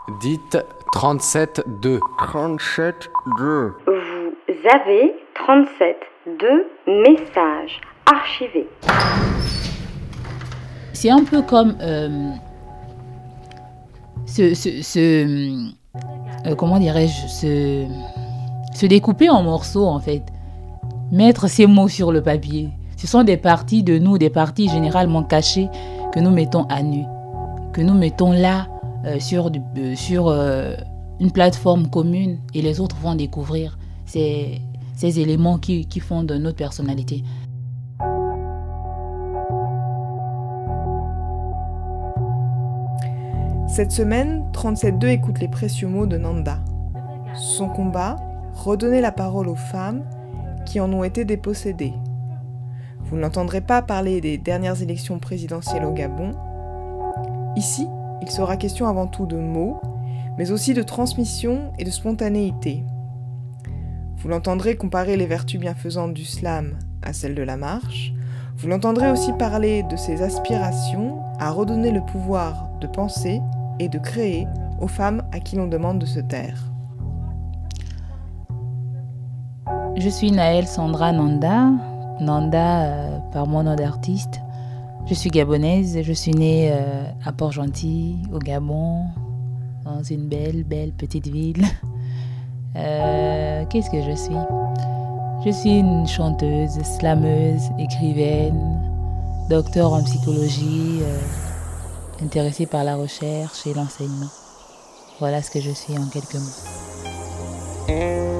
Dites 37-2. 37-2. Vous avez 37-2 messages archivés. C'est un peu comme comment dirais-je, se découper en morceaux en fait, mettre ces mots sur le papier. Ce sont des parties de nous, des parties généralement cachées que nous mettons à nu, que nous mettons là sur une plateforme commune et les autres vont découvrir ces éléments qui font de notre personnalité. Cette semaine, 37.2 écoute les précieux mots de Nanda. Son combat, redonner la parole aux femmes qui en ont été dépossédées. Vous n'entendrez pas parler des dernières élections présidentielles au Gabon. Ici, il sera question avant tout de mots, mais aussi de transmission et de spontanéité. Vous l'entendrez comparer les vertus bienfaisantes du slam à celles de la marche. Vous l'entendrez aussi parler de ses aspirations à redonner le pouvoir de penser et de créer aux femmes à qui l'on demande de se taire. Je suis Naël Sandra Nanda, par mon nom d'artiste. Je suis gabonaise, je suis née à Port-Gentil, au Gabon, dans une belle petite ville. Qu'est-ce que je suis ? Je suis une chanteuse, slameuse, écrivaine, docteur en psychologie, intéressée par la recherche et l'enseignement. Voilà ce que je suis en quelques mots.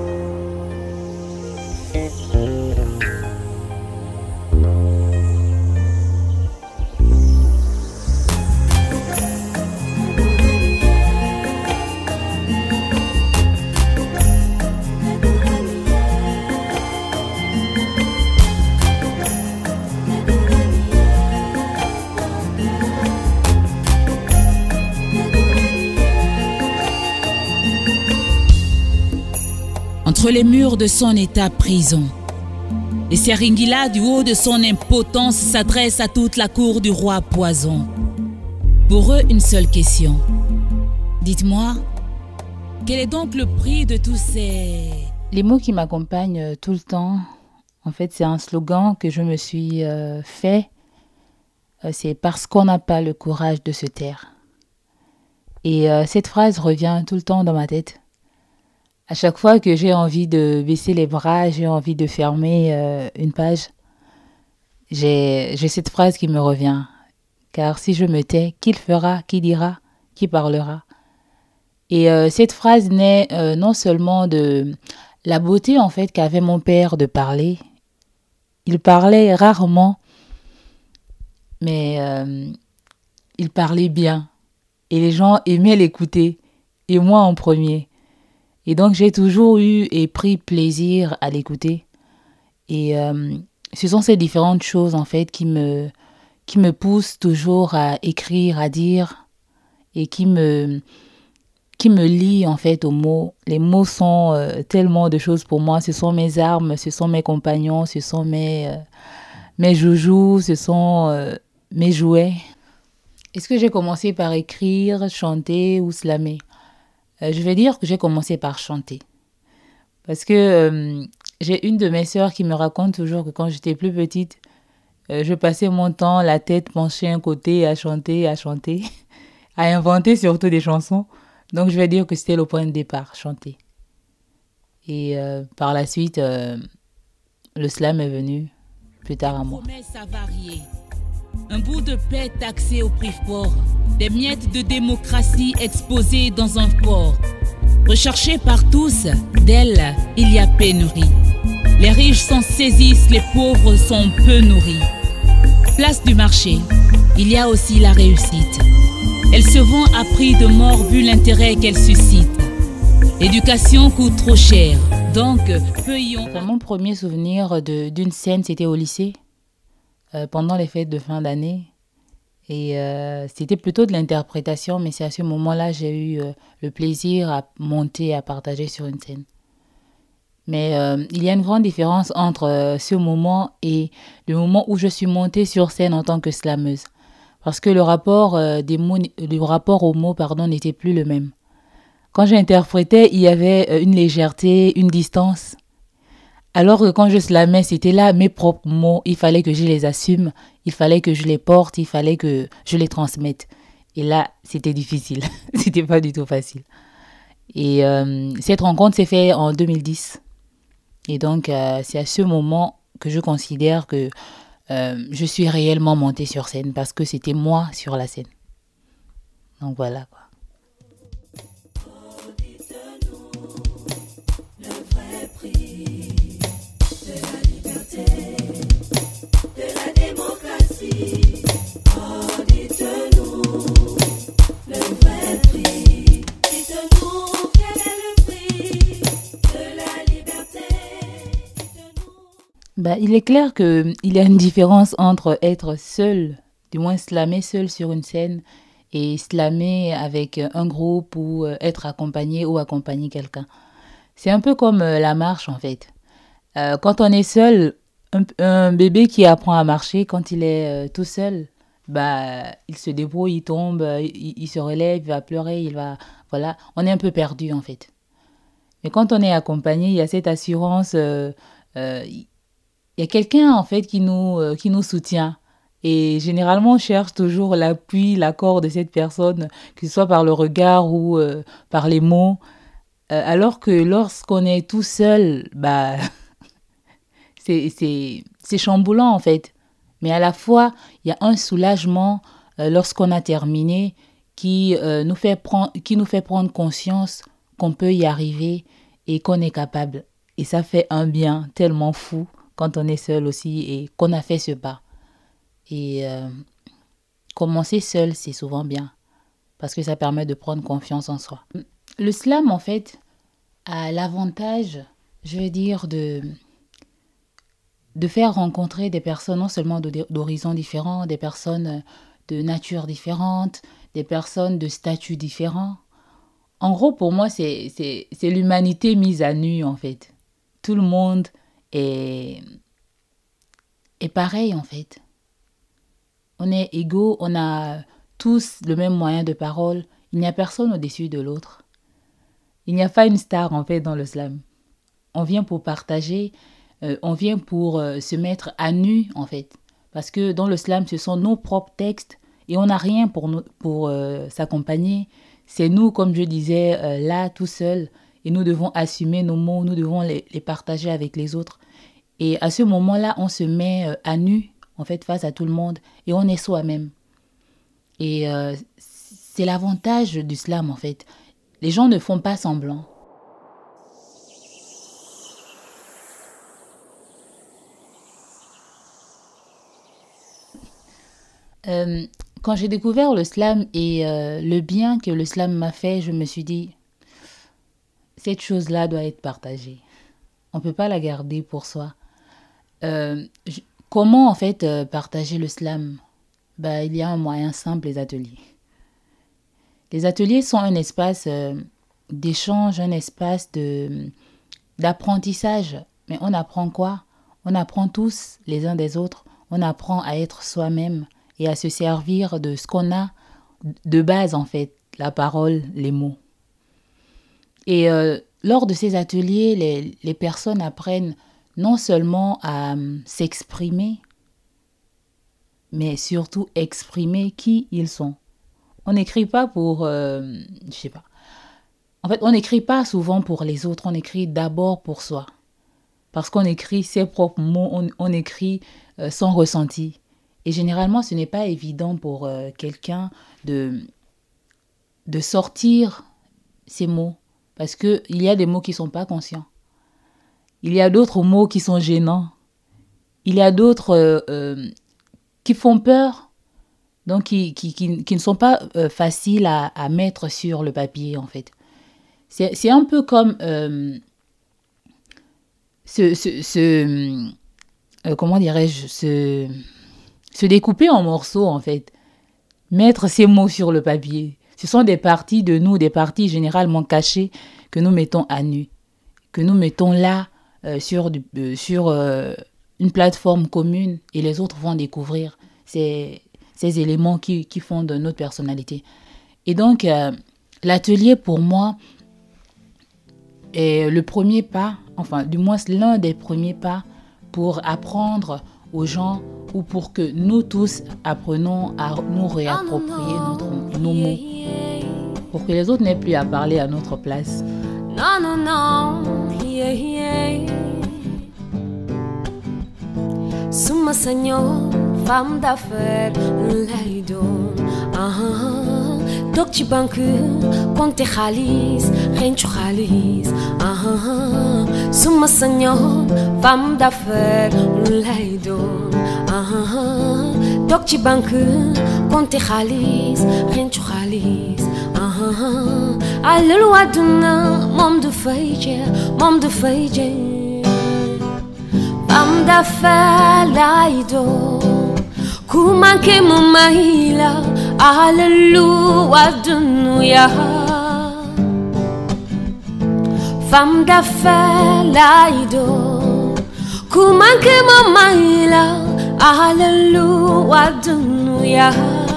Entre les murs de son état prison, les Seringila du haut de son impotence s'adressent à toute la cour du roi Poison. Pour eux, une seule question. Dites-moi, quel est donc le prix de tous ces... Les mots qui m'accompagnent tout le temps, en fait, c'est un slogan que je me suis fait. C'est parce qu'on n'a pas le courage de se taire. Et cette phrase revient tout le temps dans ma tête. À chaque fois que j'ai envie de baisser les bras, j'ai envie de fermer une page, j'ai cette phrase qui me revient. Car si je me tais, qui le fera, qui dira, qui parlera ? Et cette phrase naît non seulement de la beauté en fait qu'avait mon père de parler. Il parlait rarement, mais il parlait bien. Et les gens aimaient l'écouter, et moi en premier. Et donc, j'ai toujours eu et pris plaisir à l'écouter. Et ce sont ces différentes choses, en fait, qui me poussent toujours à écrire, à dire, et qui me lient, en fait, aux mots. Les mots sont tellement de choses pour moi. Ce sont mes armes, ce sont mes compagnons, ce sont mes joujoux, ce sont mes jouets. Est-ce que j'ai commencé par écrire, chanter ou slammer ? Je vais dire que j'ai commencé par chanter. Parce que j'ai une de mes sœurs qui me raconte toujours que quand j'étais plus petite, je passais mon temps, la tête penchée un côté, à chanter, à inventer surtout des chansons. Donc je vais dire que c'était le point de départ, chanter. Et par la suite, le slam est venu plus tard à moi. Un bout de paix taxé au prix fort, des miettes de démocratie exposées dans un fort. Recherchées par tous, d'elles, il y a pénurie. Les riches s'en saisissent, les pauvres sont peu nourris. Place du marché, il y a aussi la réussite. Elle se vend à prix de mort vu l'intérêt qu'elle suscite. L'éducation coûte trop cher, donc peu y ont... Mon premier souvenir d'une scène, c'était au lycée. Pendant les fêtes de fin d'année. Et c'était plutôt de l'interprétation, mais c'est à ce moment-là que j'ai eu le plaisir à monter, à partager sur une scène. Mais il y a une grande différence entre ce moment et le moment où je suis montée sur scène en tant que slameuse. Parce que le rapport aux mots, n'était plus le même. Quand j'interprétais, il y avait une légèreté, une distance. Alors que quand je slamais, c'était là mes propres mots. Il fallait que je les assume, il fallait que je les porte, il fallait que je les transmette. Et là, c'était difficile. C'était pas du tout facile. Et cette rencontre s'est faite en 2010. Et donc, c'est à ce moment que je considère que je suis réellement montée sur scène parce que c'était moi sur la scène. Donc voilà quoi. Il est clair qu'il y a une différence entre être seul, du moins slammer seul sur une scène, et slammer avec un groupe ou être accompagné ou accompagner quelqu'un. C'est un peu comme la marche en fait. Quand on est seul, un bébé qui apprend à marcher, quand il est tout seul, il se débrouille, il tombe, il se relève, il va pleurer, voilà, on est un peu perdu en fait. Mais quand on est accompagné, il y a cette assurance, il y a quelqu'un en fait qui nous soutient. Et généralement, on cherche toujours l'appui, l'accord de cette personne, que ce soit par le regard ou par les mots. Alors que lorsqu'on est tout seul, c'est chamboulant en fait. Mais à la fois, il y a un soulagement lorsqu'on a terminé qui nous fait prendre conscience qu'on peut y arriver et qu'on est capable. Et ça fait un bien tellement fou quand on est seul aussi et qu'on a fait ce pas. Et commencer seul, c'est souvent bien parce que ça permet de prendre confiance en soi. Le slam, en fait, a l'avantage, je veux dire, de faire rencontrer des personnes non seulement d'horizons différents, des personnes de nature différente, des personnes de statuts différents. En gros, pour moi, c'est l'humanité mise à nu, en fait. Tout le monde est pareil, en fait. On est égaux, on a tous le même moyen de parole. Il n'y a personne au-dessus de l'autre. Il n'y a pas une star, en fait, dans le slam. On vient pour partager, on vient pour se mettre à nu, en fait. Parce que dans le slam, ce sont nos propres textes et on n'a rien pour s'accompagner. C'est nous, comme je disais, là, tout seul. Et nous devons assumer nos mots, nous devons les partager avec les autres. Et à ce moment-là, on se met à nu, en fait, face à tout le monde. Et on est soi-même. Et c'est l'avantage du slam, en fait. Les gens ne font pas semblant. Quand j'ai découvert le slam et le bien que le slam m'a fait, je me suis dit, cette chose-là doit être partagée. On ne peut pas la garder pour soi. Comment en fait partager le slam ? Il y a un moyen simple, les ateliers. Les ateliers sont un espace d'échange, un espace d'apprentissage. Mais on apprend quoi ? On apprend tous les uns des autres. On apprend à être soi-même et à se servir de ce qu'on a de base en fait, la parole, les mots. Et lors de ces ateliers, les personnes apprennent non seulement à s'exprimer, mais surtout exprimer qui ils sont. On n'écrit pas pour, En fait, on n'écrit pas souvent pour les autres, on écrit d'abord pour soi. Parce qu'on écrit ses propres mots, on écrit son ressenti. Et généralement, ce n'est pas évident pour quelqu'un de sortir ces mots. Parce qu'il y a des mots qui ne sont pas conscients. Il y a d'autres mots qui sont gênants. Il y a d'autres qui font peur. Donc, qui ne sont pas faciles à mettre sur le papier, en fait. C'est un peu comme comment dirais-je, se découper en morceaux, en fait. Mettre ces mots sur le papier. Ce sont des parties de nous, des parties généralement cachées que nous mettons à nu. Que nous mettons là, sur une plateforme commune et les autres vont découvrir ces éléments qui font de notre personnalité. Et donc, l'atelier, pour moi, est le premier pas, enfin du moins l'un des premiers pas pour apprendre aux gens ou pour que nous tous apprenons à nous réapproprier nos mots. Pour que les autres n'aient plus à parler à notre place. Non, non, non, Suma Senhor, femme d'affaires, Laidon. Dok ci banque, compte xaalis, xencu xaalis. Suma Senhor, femme d'affaires, Laidon. Dok ci banque, compte xaalis, xencu xaalis. Alelu aduna, mom de fayje. Femme d'affaires, Laidon. Kumanke mumaila, Alléluia, Dunuya. Femme d'affaires, Laidon. Kumanke mumaila, Alléluia, Dunuya.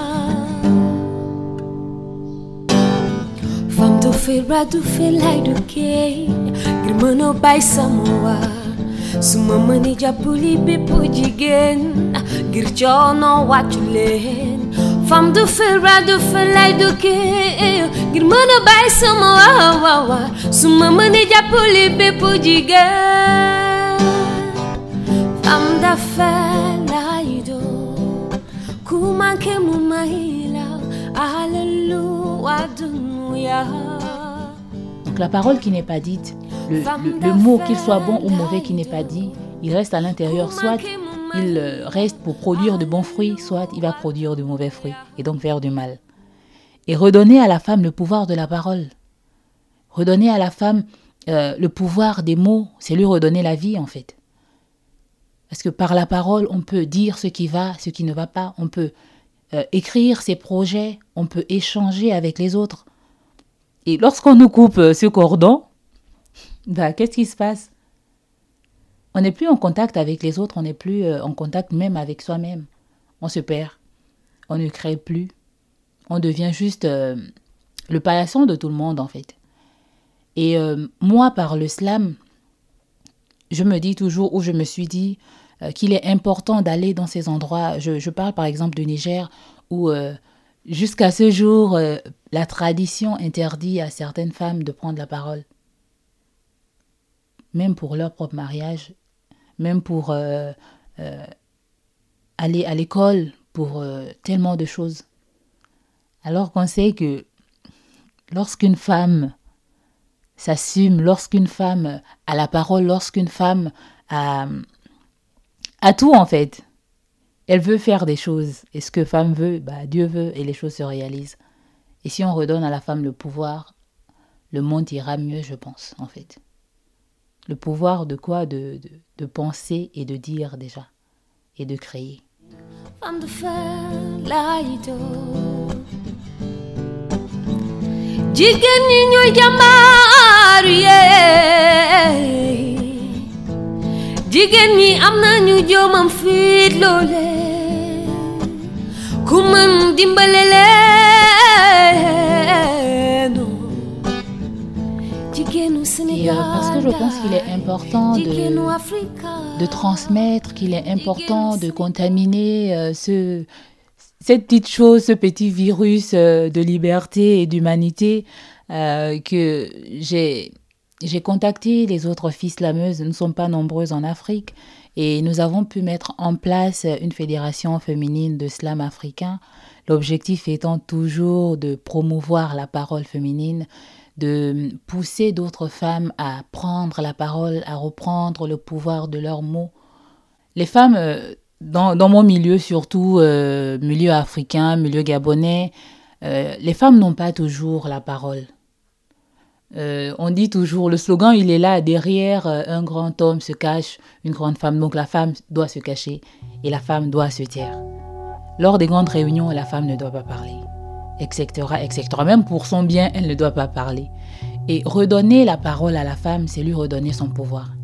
Femme do fe laiduke, Grimano by Samoa. Suma mani japuli bepo jigen, Girchono wachulen. Femme do fe laiduke, Grimano by Samoa. Suma mani japuli bepo jigen. Femme d'affaires, Laido. Kumanke mumaila, Alléluia, Dunuya. Donc la parole qui n'est pas dite, le mot, qu'il soit bon ou mauvais, qui n'est pas dit, il reste à l'intérieur. Soit il reste pour produire de bons fruits, soit il va produire de mauvais fruits et donc faire du mal. Et redonner à la femme le pouvoir de la parole. Redonner à la femme le pouvoir des mots, c'est lui redonner la vie en fait. Parce que par la parole, on peut dire ce qui va, ce qui ne va pas. On peut écrire ses projets, on peut échanger avec les autres. Et lorsqu'on nous coupe ce cordon, qu'est-ce qui se passe? On n'est plus en contact avec les autres, on n'est plus en contact même avec soi-même. On se perd, on ne crée plus. On devient juste le paillasson de tout le monde en fait. Et moi, par le slam, je me dis toujours, ou je me suis dit, qu'il est important d'aller dans ces endroits. Je parle par exemple du Niger, où jusqu'à ce jour, la tradition interdit à certaines femmes de prendre la parole. Même pour leur propre mariage, même pour aller à l'école, pour tellement de choses. Alors qu'on sait que lorsqu'une femme s'assume, lorsqu'une femme a la parole, lorsqu'une femme a tout en fait, elle veut faire des choses. Et ce que femme veut, Dieu veut et les choses se réalisent. Et si on redonne à la femme le pouvoir, le monde ira mieux, je pense, en fait. Le pouvoir de quoi? De penser et de dire déjà. Et de créer. Femme de fer, Laido. Jigéen ñi ñooy jàmbaar yee. Jigéen ñi am nañu jomam fit loole. Ku mën dimbale leen. Jigéenu Sénégal. Parce que je pense qu'il est important de transmettre, qu'il est important de contaminer cette petite chose, ce petit virus de liberté et d'humanité que j'ai contacté les autres filles slameuses. Nous ne sommes pas nombreuses en Afrique et nous avons pu mettre en place une fédération féminine de slam africain. L'objectif étant toujours de promouvoir la parole féminine, de pousser d'autres femmes à prendre la parole, à reprendre le pouvoir de leurs mots. Les femmes... Dans mon milieu, surtout milieu africain, milieu gabonais, les femmes n'ont pas toujours la parole. On dit toujours, le slogan, il est là, derrière un grand homme se cache une grande femme. Donc la femme doit se cacher et la femme doit se taire. Lors des grandes réunions, la femme ne doit pas parler, etc., etc. Même pour son bien, elle ne doit pas parler. Et redonner la parole à la femme, c'est lui redonner son pouvoir.